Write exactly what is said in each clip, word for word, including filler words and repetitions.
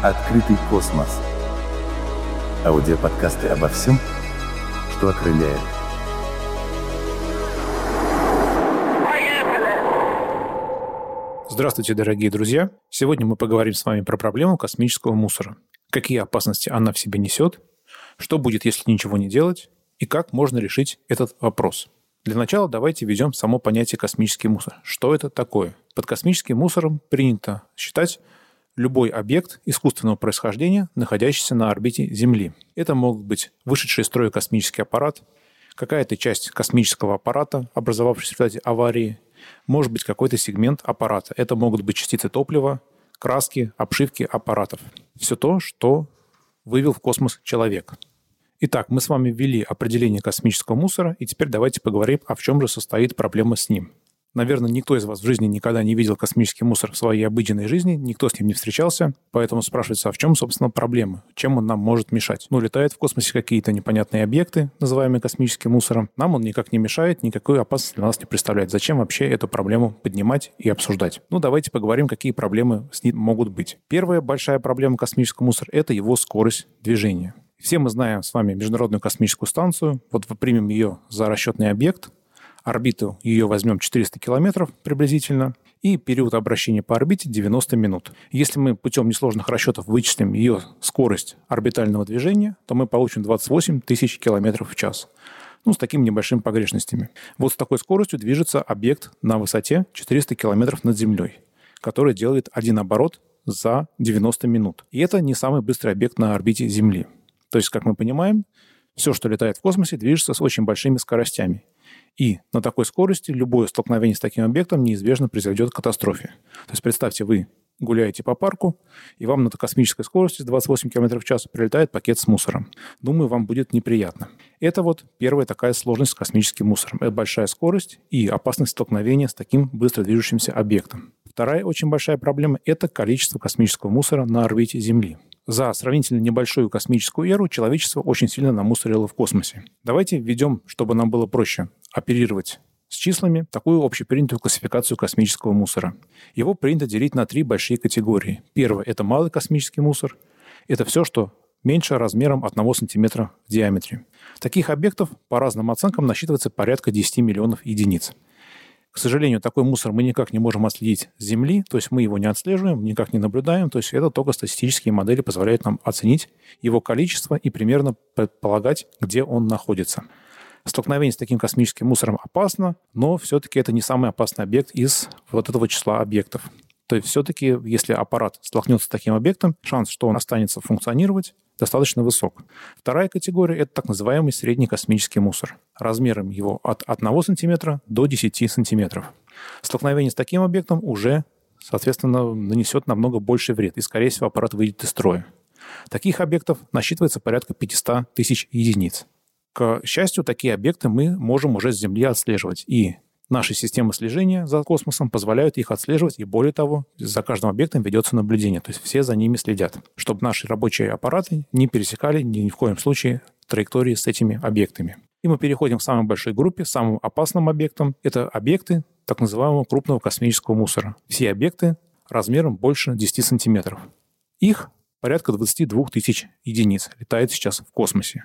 Открытый космос. Аудиоподкасты обо всем, что окрыляет. Здравствуйте, дорогие друзья! Сегодня мы поговорим с вами про проблему космического мусора. Какие опасности она в себе несет, что будет, если ничего не делать, и как можно решить этот вопрос. Для начала давайте введем само понятие космический мусор. Что это такое? Под космическим мусором принято считать любой объект искусственного происхождения, находящийся на орбите Земли. Это могут быть вышедший из строя космический аппарат, какая-то часть космического аппарата, образовавшаяся в результате аварии, может быть какой-то сегмент аппарата. Это могут быть частицы топлива, краски, обшивки аппаратов. Все то, что вывел в космос человек. Итак, мы с вами ввели определение космического мусора, и теперь давайте поговорим, а в чем же состоит проблема с ним. Наверное, никто из вас в жизни никогда не видел космический мусор в своей обыденной жизни, никто с ним не встречался, поэтому спрашивается, а в чем, собственно, проблема? Чем он нам может мешать? Ну, летают в космосе какие-то непонятные объекты, называемые космическим мусором. Нам он никак не мешает, никакой опасности для нас не представляет. Зачем вообще эту проблему поднимать и обсуждать? Ну, давайте поговорим, какие проблемы с ним могут быть. Первая большая проблема космического мусора – это его скорость движения. Все мы знаем с вами Международную космическую станцию. Вот мы примем ее за расчетный объект. Орбиту ее возьмем четыреста километров приблизительно, и период обращения по орбите девяносто минут. Если мы путем несложных расчетов вычислим ее скорость орбитального движения, то мы получим двадцать восемь тысяч километров в час. Ну, с такими небольшими погрешностями. Вот с такой скоростью движется объект на высоте четыреста километров над Землей, который делает один оборот за девяносто минут. И это не самый быстрый объект на орбите Земли. То есть, как мы понимаем, все, что летает в космосе, движется с очень большими скоростями. И на такой скорости любое столкновение с таким объектом неизбежно произведет к катастрофе. То есть представьте, вы гуляете по парку, и вам на космической скорости с двадцать восемь километров в час прилетает пакет с мусором. Думаю, вам будет неприятно. Это вот первая такая сложность с космическим мусором. Это большая скорость и опасность столкновения с таким быстро движущимся объектом. Вторая очень большая проблема – это количество космического мусора на орбите Земли. За сравнительно небольшую космическую эру человечество очень сильно намусорило в космосе. Давайте введем, чтобы нам было проще оперировать с числами, такую общепринятую классификацию космического мусора. Его принято делить на три большие категории. Первое – это малый космический мусор. Это все, что меньше размером одного сантиметра в диаметре. Таких объектов, по разным оценкам, насчитывается порядка десять миллионов единиц. К сожалению, такой мусор мы никак не можем отследить с Земли, то есть мы его не отслеживаем, никак не наблюдаем, то есть это только статистические модели позволяют нам оценить его количество и примерно предполагать, где он находится. Столкновение с таким космическим мусором опасно, но все-таки это не самый опасный объект из вот этого числа объектов. То есть все-таки, если аппарат столкнется с таким объектом, шанс, что он останется функционировать, достаточно высок. Вторая категория – это так называемый средний космический мусор. Размером его от одного сантиметра до десяти сантиметров. Столкновение с таким объектом уже, соответственно, нанесет намного больший вред, и, скорее всего, аппарат выйдет из строя. Таких объектов насчитывается порядка пятьсот тысяч единиц. К счастью, такие объекты мы можем уже с Земли отслеживать, и наши системы слежения за космосом позволяют их отслеживать, и более того, за каждым объектом ведется наблюдение, то есть все за ними следят, чтобы наши рабочие аппараты не пересекали ни в коем случае траектории с этими объектами. И мы переходим к самой большой группе, самым опасным объектам. Это объекты так называемого крупного космического мусора. Все объекты размером больше десяти сантиметров. Их порядка двадцать два тысяч единиц летает сейчас в космосе.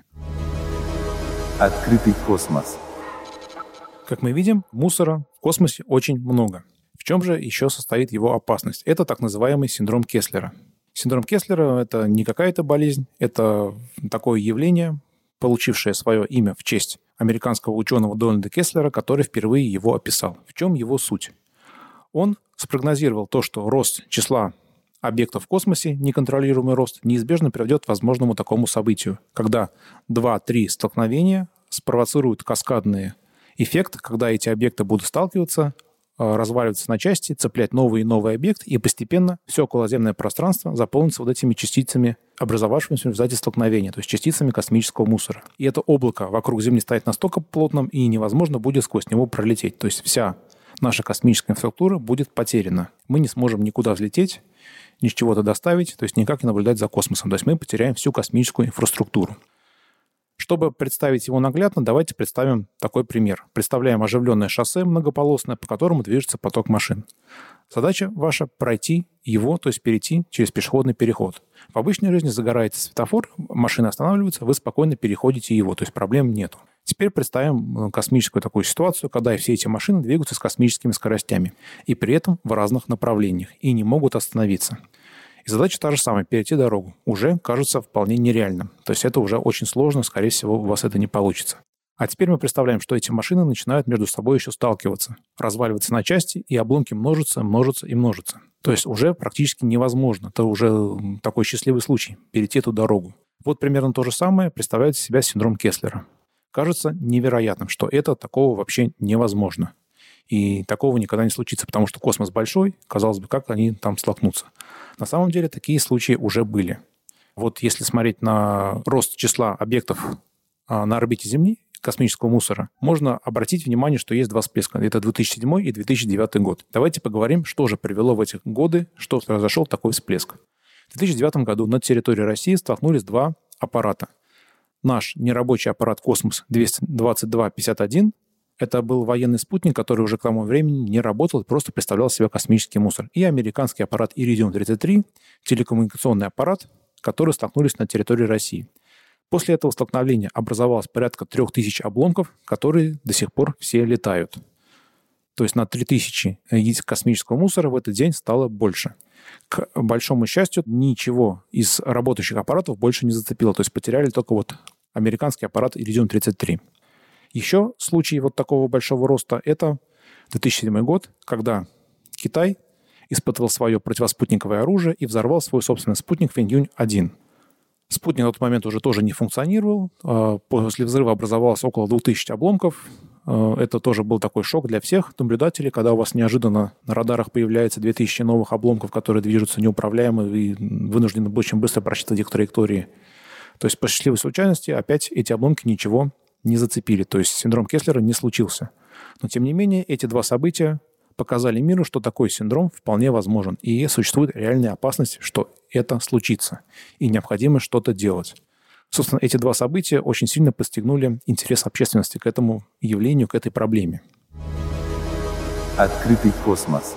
Открытый космос. Как мы видим, мусора в космосе очень много. В чем же еще состоит его опасность? Это так называемый синдром Кеслера. Синдром Кеслера – это не какая-то болезнь, это такое явление, получившее свое имя в честь американского ученого Дональда Кеслера, который впервые его описал. В чем его суть? Он спрогнозировал то, что рост числа объектов в космосе, неконтролируемый рост, неизбежно приведет к возможному такому событию, когда два-три столкновения спровоцируют каскадные эффект, когда эти объекты будут сталкиваться, разваливаться на части, цеплять новый и новый объект, и постепенно все околоземное пространство заполнится вот этими частицами, образовавшимися в результате столкновения, то есть частицами космического мусора. И это облако вокруг Земли стоит настолько плотным, и невозможно будет сквозь него пролететь. То есть вся наша космическая инфраструктура будет потеряна. Мы не сможем никуда взлететь, ни с чего-то доставить, то есть никак не наблюдать за космосом. То есть мы потеряем всю космическую инфраструктуру. Чтобы представить его наглядно, давайте представим такой пример. Представляем оживленное шоссе многополосное, по которому движется поток машин. Задача ваша – пройти его, то есть перейти через пешеходный переход. В обычной жизни загорается светофор, машина останавливается, вы спокойно переходите его, то есть проблем нету. Теперь представим космическую такую ситуацию, когда все эти машины двигаются с космическими скоростями, и при этом в разных направлениях, и не могут остановиться. И задача та же самая – перейти дорогу. Уже кажется вполне нереальным. То есть это уже очень сложно, скорее всего, у вас это не получится. А теперь мы представляем, что эти машины начинают между собой еще сталкиваться, разваливаться на части, и обломки множатся, множатся и множатся. То есть уже практически невозможно. Это уже такой счастливый случай – перейти эту дорогу. Вот примерно то же самое представляет из себя синдром Кеслера. Кажется невероятным, что это такого вообще невозможно. И такого никогда не случится, потому что космос большой, казалось бы, как они там столкнутся. На самом деле такие случаи уже были. Вот если смотреть на рост числа объектов на орбите Земли, космического мусора, можно обратить внимание, что есть два всплеска. Это две тысячи седьмой и две тысячи девятый год. Давайте поговорим, что же привело в эти годы, что произошел такой всплеск. В две тысячи девятом году на территории России столкнулись два аппарата. Наш нерабочий аппарат «Космос» двести двадцать два пятьдесят один. Это был военный спутник, который уже к тому времени не работал, просто представлял себя космический мусор. И американский аппарат «Иридиум тридцать три», телекоммуникационный аппарат, которые столкнулись на территории России. После этого столкновения образовалось порядка трех тысяч обломков, которые до сих пор все летают. То есть на три тысячи единиц космического мусора в этот день стало больше. К большому счастью, ничего из работающих аппаратов больше не зацепило. То есть потеряли только вот американский аппарат «Иридиум тридцать три». Еще случай вот такого большого роста – это две тысячи седьмой год, когда Китай испытывал свое противоспутниковое оружие и взорвал свой собственный спутник Фэньюнь один. Спутник на тот момент уже тоже не функционировал. После взрыва образовалось около двух тысяч обломков. Это тоже был такой шок для всех наблюдателей, когда у вас неожиданно на радарах появляется две тысячи новых обломков, которые движутся неуправляемо и вынуждены очень быстро просчитывать их траектории. То есть по счастливой случайности опять эти обломки ничего не зацепили. То есть синдром Кеслера не случился. Но тем не менее эти два события показали миру, что такой синдром вполне возможен. И существует реальная опасность, что это случится. И необходимо что-то делать. Собственно, эти два события очень сильно подстегнули интерес общественности к этому явлению, к этой проблеме. Открытый космос.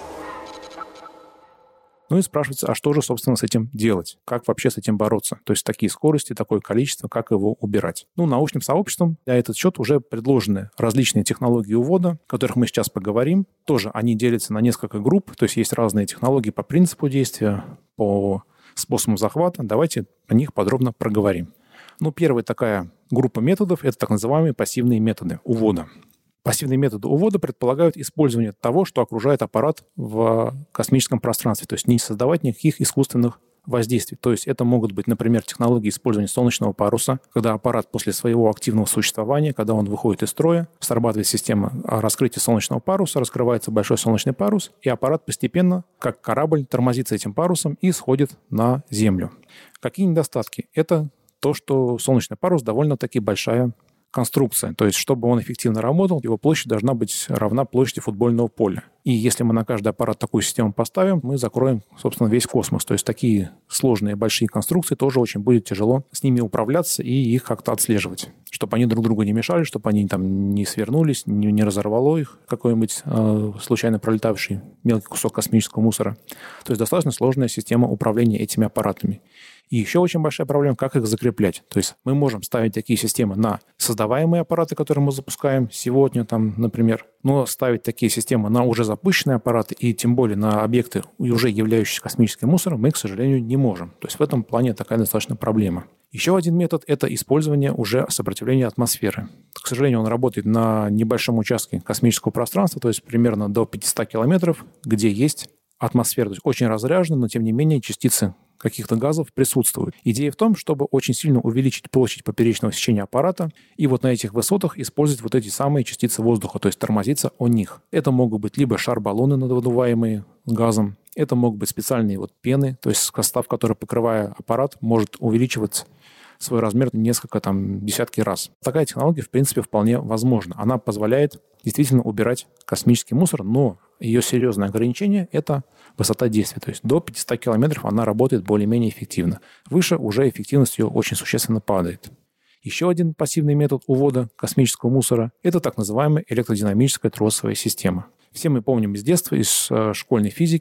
Ну и спрашивается, а что же, собственно, с этим делать? Как вообще с этим бороться? То есть такие скорости, такое количество, как его убирать? Ну, научным сообществом на этот счет уже предложены различные технологии увода, о которых мы сейчас поговорим. Тоже они делятся на несколько групп, то есть есть разные технологии по принципу действия, по способам захвата. Давайте о них подробно проговорим. Ну, первая такая группа методов – это так называемые пассивные методы увода. Пассивные методы увода предполагают использование того, что окружает аппарат в космическом пространстве, то есть не создавать никаких искусственных воздействий. То есть это могут быть, например, технологии использования солнечного паруса, когда аппарат после своего активного существования, когда он выходит из строя, срабатывает система раскрытия солнечного паруса, раскрывается большой солнечный парус, и аппарат постепенно, как корабль, тормозится этим парусом и сходит на Землю. Какие недостатки? Это то, что солнечный парус довольно-таки большая конструкция. То есть, чтобы он эффективно работал, его площадь должна быть равна площади футбольного поля. И если мы на каждый аппарат такую систему поставим, мы закроем, собственно, весь космос. То есть такие сложные большие конструкции тоже очень будет тяжело с ними управляться и их как-то отслеживать. Чтобы они друг другу не мешали, чтобы они там не свернулись, не, не разорвало их какой-нибудь э, случайно пролетавший мелкий кусок космического мусора. То есть достаточно сложная система управления этими аппаратами. И еще очень большая проблема, как их закреплять. То есть мы можем ставить такие системы на создаваемые аппараты, которые мы запускаем сегодня, там, например, но ставить такие системы на уже запущенные аппараты и тем более на объекты, уже являющиеся космическим мусором, мы, к сожалению, не можем. То есть в этом плане такая достаточно проблема. Еще один метод – это использование уже сопротивления атмосферы. К сожалению, он работает на небольшом участке космического пространства, то есть примерно до пятьсот километров, где есть атмосфера. То есть очень разряжена, но тем не менее частицы каких-то газов присутствуют. Идея в том, чтобы очень сильно увеличить площадь поперечного сечения аппарата и вот на этих высотах использовать вот эти самые частицы воздуха, то есть тормозиться о них. Это могут быть либо шар-баллоны, надуваемые газом, это могут быть специальные вот пены, то есть состав, который, покрывая аппарат, может увеличивать свой размер несколько, там, десятки раз. Такая технология, в принципе, вполне возможна. Она позволяет действительно убирать космический мусор, но ее серьезное ограничение – это высота действия. То есть до пятьсот километров она работает более-менее эффективно. Выше уже эффективность ее очень существенно падает. Еще один пассивный метод увода космического мусора – это так называемая электродинамическая тросовая система. Все мы помним из детства, из школьной физики,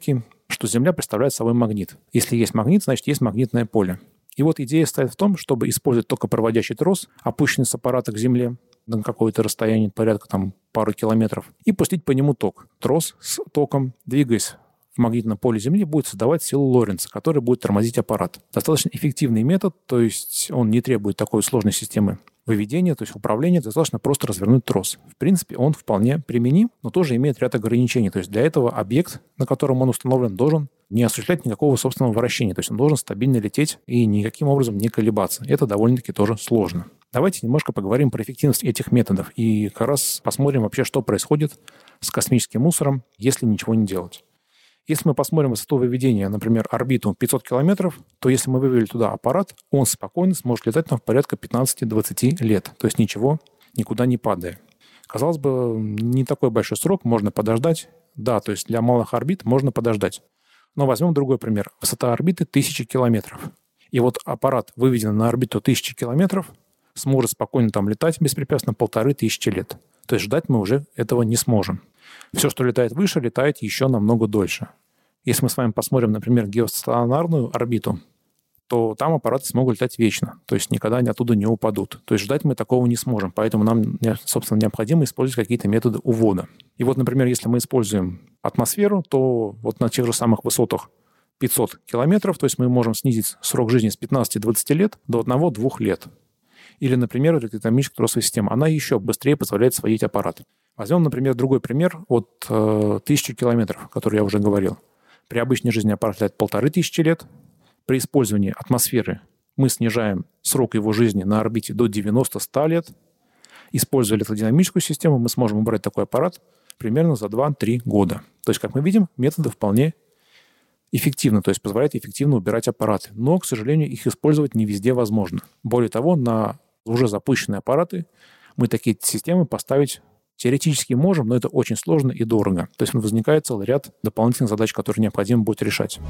что Земля представляет собой магнит. Если есть магнит, значит, есть магнитное поле. И вот идея стоит в том, чтобы использовать токопроводящий трос, опущенный с аппарата к Земле на какое-то расстояние, порядка там пару километров, и пустить по нему ток. Трос с током, двигаясь в магнитном поле Земли, будет создавать силу Лоренца, которая будет тормозить аппарат. Достаточно эффективный метод, то есть он не требует такой сложной системы выведения, то есть управления, достаточно просто развернуть трос. В принципе, он вполне применим, но тоже имеет ряд ограничений. То есть для этого объект, на котором он установлен, должен не осуществлять никакого собственного вращения. То есть он должен стабильно лететь и никаким образом не колебаться. Это довольно-таки тоже сложно. Давайте немножко поговорим про эффективность этих методов и как раз посмотрим вообще, что происходит с космическим мусором, если ничего не делать. Если мы посмотрим высоту выведения, например, орбиту пятьсот километров, то если мы вывели туда аппарат, он спокойно сможет летать там в порядка пятнадцать-двадцать лет. То есть ничего, никуда не падая. Казалось бы, не такой большой срок, можно подождать. Да, то есть для малых орбит можно подождать. Но возьмем другой пример. Высота орбиты тысяча километров. И вот аппарат, выведенный на орбиту тысячи километров, сможет спокойно там летать беспрепятственно полторы тысячи лет. То есть ждать мы уже этого не сможем. Все, что летает выше, летает еще намного дольше. Если мы с вами посмотрим, например, геостационарную орбиту, то там аппараты смогут летать вечно, то есть никогда они оттуда не упадут. То есть ждать мы такого не сможем, поэтому нам, собственно, необходимо использовать какие-то методы увода. И вот, например, если мы используем атмосферу, то вот на тех же самых высотах пятьсот километров, то есть мы можем снизить срок жизни с пятнадцати-двадцати лет до одного-двух лет. Или, например, электродинамическая тросовая система. Она еще быстрее позволяет сводить аппарат. Возьмем, например, другой пример от э, тысячи километров, который я уже говорил. При обычной жизни аппарат летает полторы тысячи лет. При использовании атмосферы мы снижаем срок его жизни на орбите до девяноста-ста лет. Используя электродинамическую систему, мы сможем убрать такой аппарат примерно за два-три года. То есть, как мы видим, методы вполне эффективны, то есть позволяют эффективно убирать аппараты. Но, к сожалению, их использовать не везде возможно. Более того, на уже запущенные аппараты мы такие системы поставить теоретически можем, но это очень сложно и дорого. То есть возникает целый ряд дополнительных задач, которые необходимо будет решать.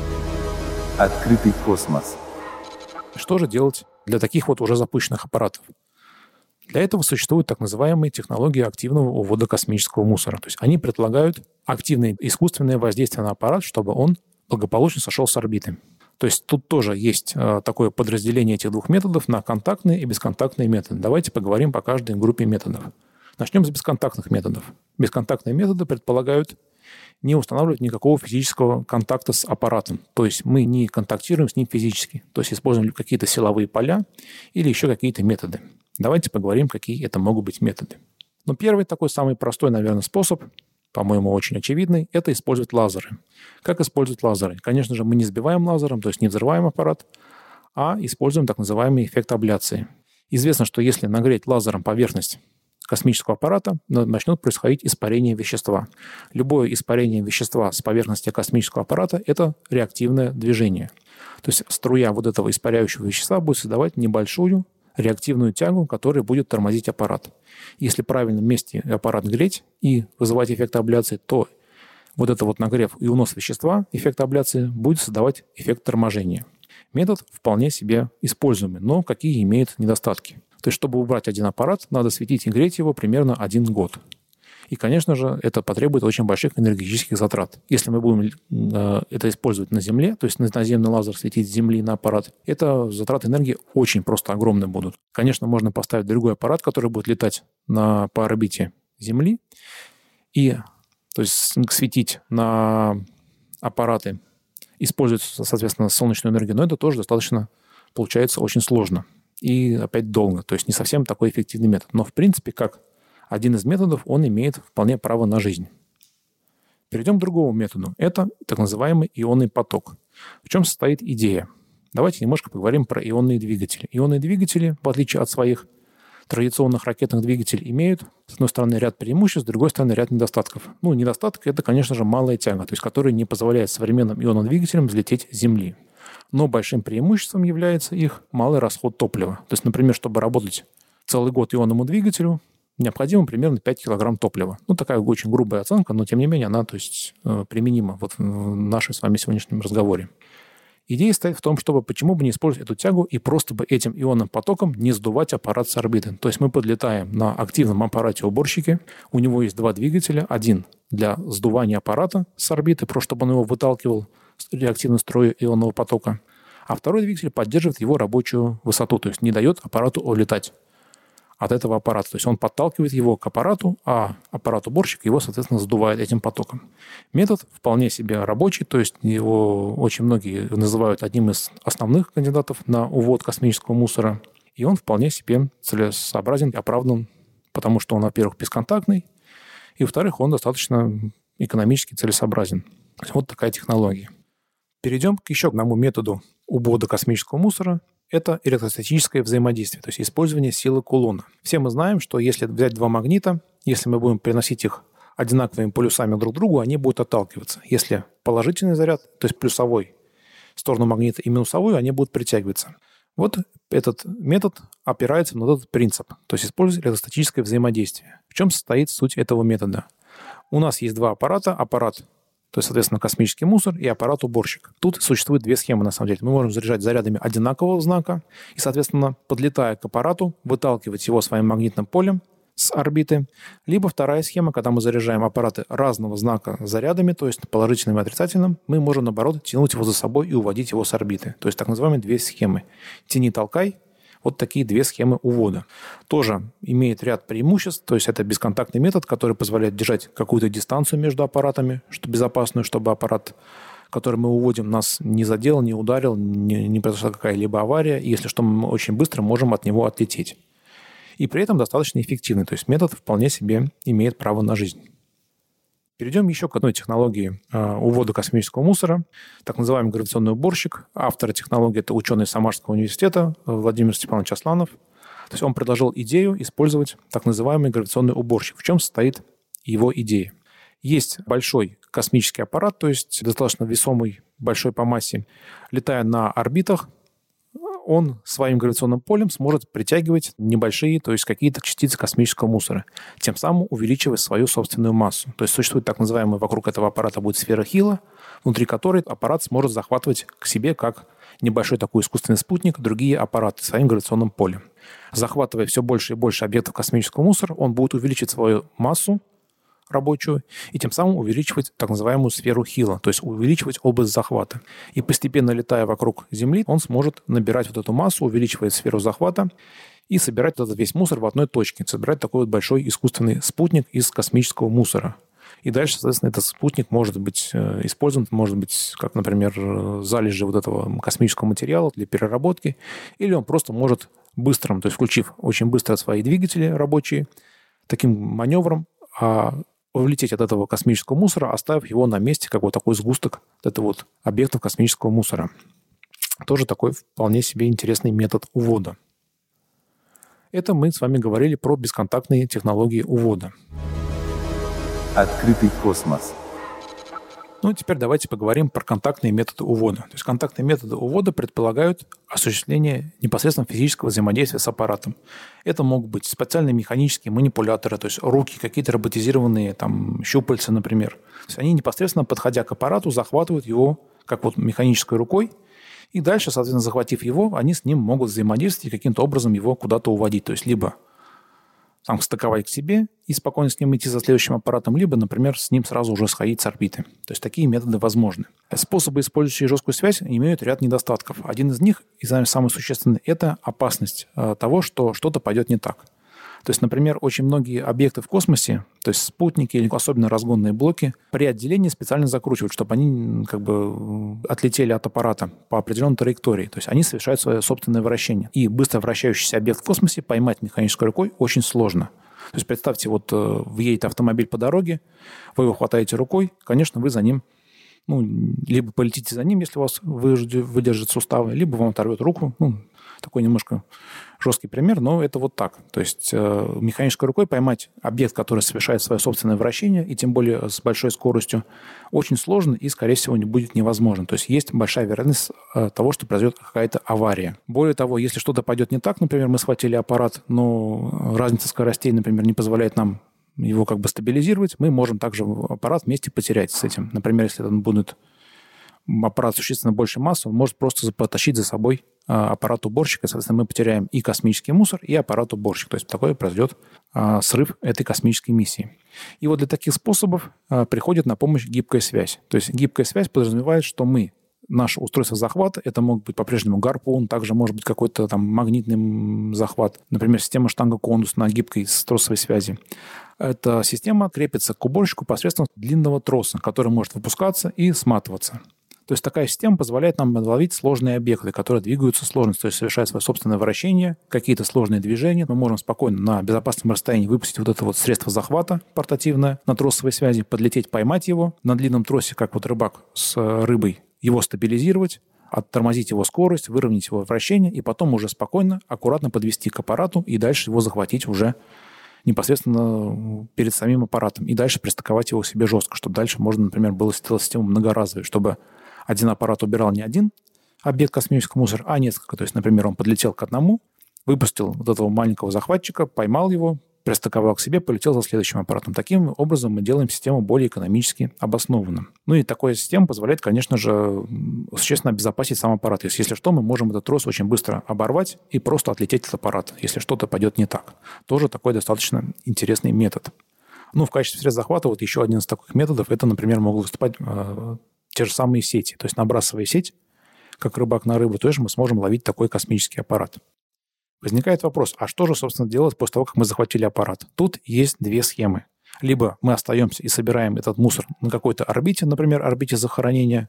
Открытый космос. Что же делать для таких вот уже запущенных аппаратов? Для этого существуют так называемые технологии активного увода космического мусора. То есть они предлагают активное искусственное воздействие на аппарат, чтобы он благополучно сошел с орбиты. То есть тут тоже есть э, такое подразделение этих двух методов на контактные и бесконтактные методы. Давайте поговорим по каждой группе методов. Начнем с бесконтактных методов. Бесконтактные методы предполагают не устанавливать никакого физического контакта с аппаратом. То есть мы не контактируем с ним физически. То есть используем какие-то силовые поля или еще какие-то методы. Давайте поговорим, какие это могут быть методы. Но первый такой самый простой, наверное, способ, по-моему, очень очевидный, это использовать лазеры. Как использовать лазеры? Конечно же, мы не сбиваем лазером, то есть не взрываем аппарат, а используем так называемый эффект абляции. Известно, что если нагреть лазером поверхность космического аппарата, начнет происходить испарение вещества. Любое испарение вещества с поверхности космического аппарата – это реактивное движение. То есть струя вот этого испаряющего вещества будет создавать небольшую реактивную тягу, которая будет тормозить аппарат. Если в правильном месте аппарат греть и вызывать эффект абляции, то вот это вот нагрев и унос вещества, эффект абляции, будет создавать эффект торможения. Метод вполне себе используемый, но какие имеют недостатки. То есть, чтобы убрать один аппарат, надо светить и греть его примерно один год. И, конечно же, это потребует очень больших энергетических затрат. Если мы будем э, это использовать на Земле, то есть наземный лазер светить с Земли на аппарат, это затраты энергии очень просто огромные будут. Конечно, можно поставить другой аппарат, который будет летать на, по орбите Земли, и то есть светить на аппараты, использовать, соответственно, солнечную энергию, но это тоже достаточно, получается, очень сложно. И опять долго. То есть не совсем такой эффективный метод. Но, в принципе, как один из методов, он имеет вполне право на жизнь. Перейдем к другому методу. Это так называемый ионный поток. В чем состоит идея? Давайте немножко поговорим про ионные двигатели. Ионные двигатели, в отличие от своих традиционных ракетных двигателей, имеют, с одной стороны, ряд преимуществ, с другой стороны, ряд недостатков. Ну, недостаток – это, конечно же, малая тяга, то есть которая не позволяет современным ионным двигателям взлететь с Земли. Но большим преимуществом является их малый расход топлива. То есть, например, чтобы работать целый год ионному двигателю, необходимо примерно пять килограмм топлива. Ну, такая очень грубая оценка, но, тем не менее, она то есть, применима вот в нашем с вами сегодняшнем разговоре. Идея стоит в том, чтобы почему бы не использовать эту тягу и просто бы этим ионным потоком не сдувать аппарат с орбиты. То есть мы подлетаем на активном аппарате-уборщике, у него есть два двигателя, один для сдувания аппарата с орбиты, просто чтобы он его выталкивал с реактивной струей ионного потока, а второй двигатель поддерживает его рабочую высоту, то есть не дает аппарату улетать от этого аппарата. То есть он подталкивает его к аппарату, а аппарат-уборщик его, соответственно, сдувает этим потоком. Метод вполне себе рабочий, то есть его очень многие называют одним из основных кандидатов на увод космического мусора. И он вполне себе целесообразен и оправдан, потому что он, во-первых, бесконтактный, и, во-вторых, он достаточно экономически целесообразен. То есть вот такая технология. Перейдем к еще одному методу увода космического мусора. Это электростатическое взаимодействие, то есть использование силы Кулона. Все мы знаем, что если взять два магнита, если мы будем переносить их одинаковыми полюсами друг к другу, они будут отталкиваться. Если положительный заряд, то есть плюсовой в сторону магнита и минусовой, они будут притягиваться. Вот этот метод опирается на этот принцип, то есть использует электростатическое взаимодействие. В чем состоит суть этого метода? У нас есть два аппарата, аппарат, то есть, соответственно, космический мусор и аппарат-уборщик. Тут существует две схемы, на самом деле. Мы можем заряжать зарядами одинакового знака и, соответственно, подлетая к аппарату, выталкивать его своим магнитным полем с орбиты. Либо вторая схема, когда мы заряжаем аппараты разного знака зарядами, то есть положительным и отрицательным, мы можем, наоборот, тянуть его за собой и уводить его с орбиты. То есть так называемые две схемы. Тяни-толкай. Вот такие две схемы увода. Тоже имеет ряд преимуществ, то есть это бесконтактный метод, который позволяет держать какую-то дистанцию между аппаратами, что безопасную, чтобы аппарат, который мы уводим, нас не задел, не ударил, не, не произошла какая-либо авария, и если что, мы очень быстро можем от него отлететь. И при этом достаточно эффективный, то есть метод вполне себе имеет право на жизнь. Перейдем еще к одной технологии э, увода космического мусора, так называемый гравитационный уборщик. Автор технологии – это ученый Самарского университета Владимир Степанович Асланов. То есть он предложил идею использовать так называемый гравитационный уборщик. В чем состоит его идея? Есть большой космический аппарат, то есть достаточно весомый, большой по массе. Летая на орбитах, он своим гравитационным полем сможет притягивать небольшие, то есть какие-то частицы космического мусора, тем самым увеличивая свою собственную массу. То есть существует так называемая, вокруг этого аппарата будет сфера Хилла, внутри которой аппарат сможет захватывать к себе, как небольшой такой искусственный спутник, другие аппараты своим гравитационным полем. Захватывая все больше и больше объектов космического мусора, он будет увеличивать свою массу рабочую и тем самым увеличивать так называемую сферу Хилла, то есть увеличивать область захвата. И постепенно летая вокруг Земли, он сможет набирать вот эту массу, увеличивать сферу захвата и собирать этот весь мусор в одной точке, собирать такой вот большой искусственный спутник из космического мусора. И дальше, соответственно, этот спутник может быть использован, может быть, как, например, залежи вот этого космического материала для переработки, или он просто может быстрым, то есть включив очень быстро свои двигатели рабочие, таким маневром, а улететь от этого космического мусора, оставив его на месте, как вот такой сгусток этого вот объектов космического мусора. Тоже такой вполне себе интересный метод увода. Это мы с вами говорили про бесконтактные технологии увода. Открытый космос. Ну, теперь давайте поговорим про контактные методы увода. То есть контактные методы увода предполагают осуществление непосредственно физического взаимодействия с аппаратом. Это могут быть специальные механические манипуляторы, то есть руки, какие-то роботизированные там, щупальца, например. То есть они непосредственно, подходя к аппарату, захватывают его как вот механической рукой, и дальше, соответственно, захватив его, они с ним могут взаимодействовать и каким-то образом его куда-то уводить. То есть либо там стыковать к себе и спокойно с ним идти за следующим аппаратом, либо, например, с ним сразу уже сходить с орбиты. То есть такие методы возможны. Способы, использующие жесткую связь, имеют ряд недостатков. Один из них, и самый существенный, это опасность того, что что-то пойдет не так. То есть, например, очень многие объекты в космосе, то есть спутники или особенно разгонные блоки, при отделении специально закручивают, чтобы они как бы отлетели от аппарата по определенной траектории. То есть они совершают свое собственное вращение. И быстро вращающийся объект в космосе поймать механической рукой очень сложно. То есть представьте, вот въедет автомобиль по дороге, вы его хватаете рукой, конечно, вы за ним, ну, либо полетите за ним, если у вас выдержит суставы, либо вам оторвет руку. Ну, такой немножко жесткий пример, но это вот так. То есть э, механической рукой поймать объект, который совершает свое собственное вращение, и тем более с большой скоростью, очень сложно и, скорее всего, не будет невозможно. То есть есть большая вероятность э, того, что произойдет какая-то авария. Более того, если что-то пойдет не так, например, мы схватили аппарат, но разница скоростей, например, не позволяет нам его как бы стабилизировать, мы можем также аппарат вместе потерять с этим. Например, если он будет аппарат существенно больше массы, он может просто потащить за собой аппарат уборщика. Соответственно, мы потеряем и космический мусор, и аппарат уборщик. То есть такой произойдет срыв этой космической миссии. И вот для таких способов приходит на помощь гибкая связь. То есть гибкая связь подразумевает, что мы, наше устройство захвата, это может быть по-прежнему гарпун, также может быть какой-то там магнитный захват, например, система штанга-кондус на гибкой тросовой связи. Эта система крепится к уборщику посредством длинного троса, который может выпускаться и сматываться. То есть такая система позволяет нам ловить сложные объекты, которые двигаются сложно, то есть совершают свое собственное вращение, какие-то сложные движения. Мы можем спокойно на безопасном расстоянии выпустить вот это вот средство захвата портативное на тросовой связи, подлететь, поймать его на длинном тросе, как вот рыбак с рыбой, его стабилизировать, оттормозить его скорость, выровнять его вращение и потом уже спокойно, аккуратно подвести к аппарату и дальше его захватить уже непосредственно перед самим аппаратом и дальше пристыковать его к себе жестко, чтобы дальше можно, например, было сделать систему многоразовой, чтобы один аппарат убирал не один объект космического мусора, а несколько. То есть, например, он подлетел к одному, выпустил вот этого маленького захватчика, поймал его, пристыковал к себе, полетел за следующим аппаратом. Таким образом мы делаем систему более экономически обоснованным. Ну и такая система позволяет, конечно же, существенно обезопасить сам аппарат. Если, если что, мы можем этот трос очень быстро оборвать и просто отлететь от аппарата, если что-то пойдет не так. Тоже такой достаточно интересный метод. Ну, в качестве средств захвата вот еще один из таких методов, это, например, могут выступать э, те же самые сети. То есть набрасывая сеть, как рыбак на рыбу, тоже мы сможем ловить такой космический аппарат. Возникает вопрос, а что же, собственно, делать после того, как мы захватили аппарат? Тут есть две схемы. Либо мы остаемся и собираем этот мусор на какой-то орбите, например, орбите захоронения,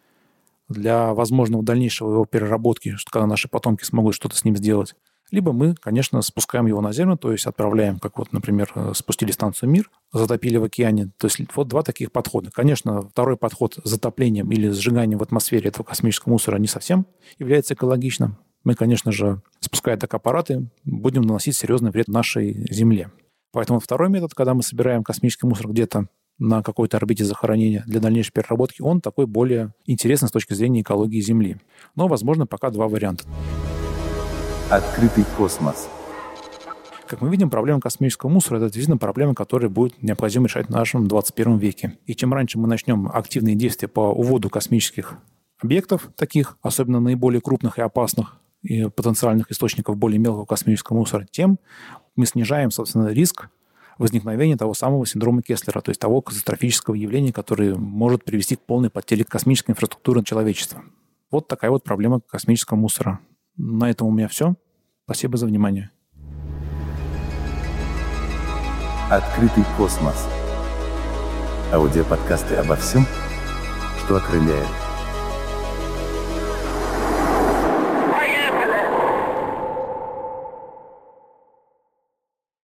для возможного дальнейшего его переработки, что когда наши потомки смогут что-то с ним сделать. Либо мы, конечно, спускаем его на Землю, то есть отправляем, как вот, например, спустили станцию «Мир», затопили в океане. То есть вот два таких подхода. Конечно, второй подход с затоплением или сжиганием в атмосфере этого космического мусора не совсем является экологичным. Мы, конечно же, спуская так аппараты, будем наносить серьезный вред нашей Земле. Поэтому второй метод, когда мы собираем космический мусор где-то на какой-то орбите захоронения для дальнейшей переработки, он такой более интересный с точки зрения экологии Земли. Но, возможно, пока два варианта. Открытый космос. Как мы видим, проблема космического мусора – это действительно проблема, которая будет необходимо решать в нашем двадцать первом веке. И чем раньше мы начнем активные действия по уводу космических объектов, таких, особенно наиболее крупных и опасных, и потенциальных источников более мелкого космического мусора, тем мы снижаем, собственно, риск возникновения того самого синдрома Кеслера, то есть того катастрофического явления, которое может привести к полной потере космической инфраструктуры человечества. Вот такая вот проблема космического мусора. На этом у меня все. Спасибо за внимание. Открытый космос. Аудиоподкасты обо всем, что окрыляет.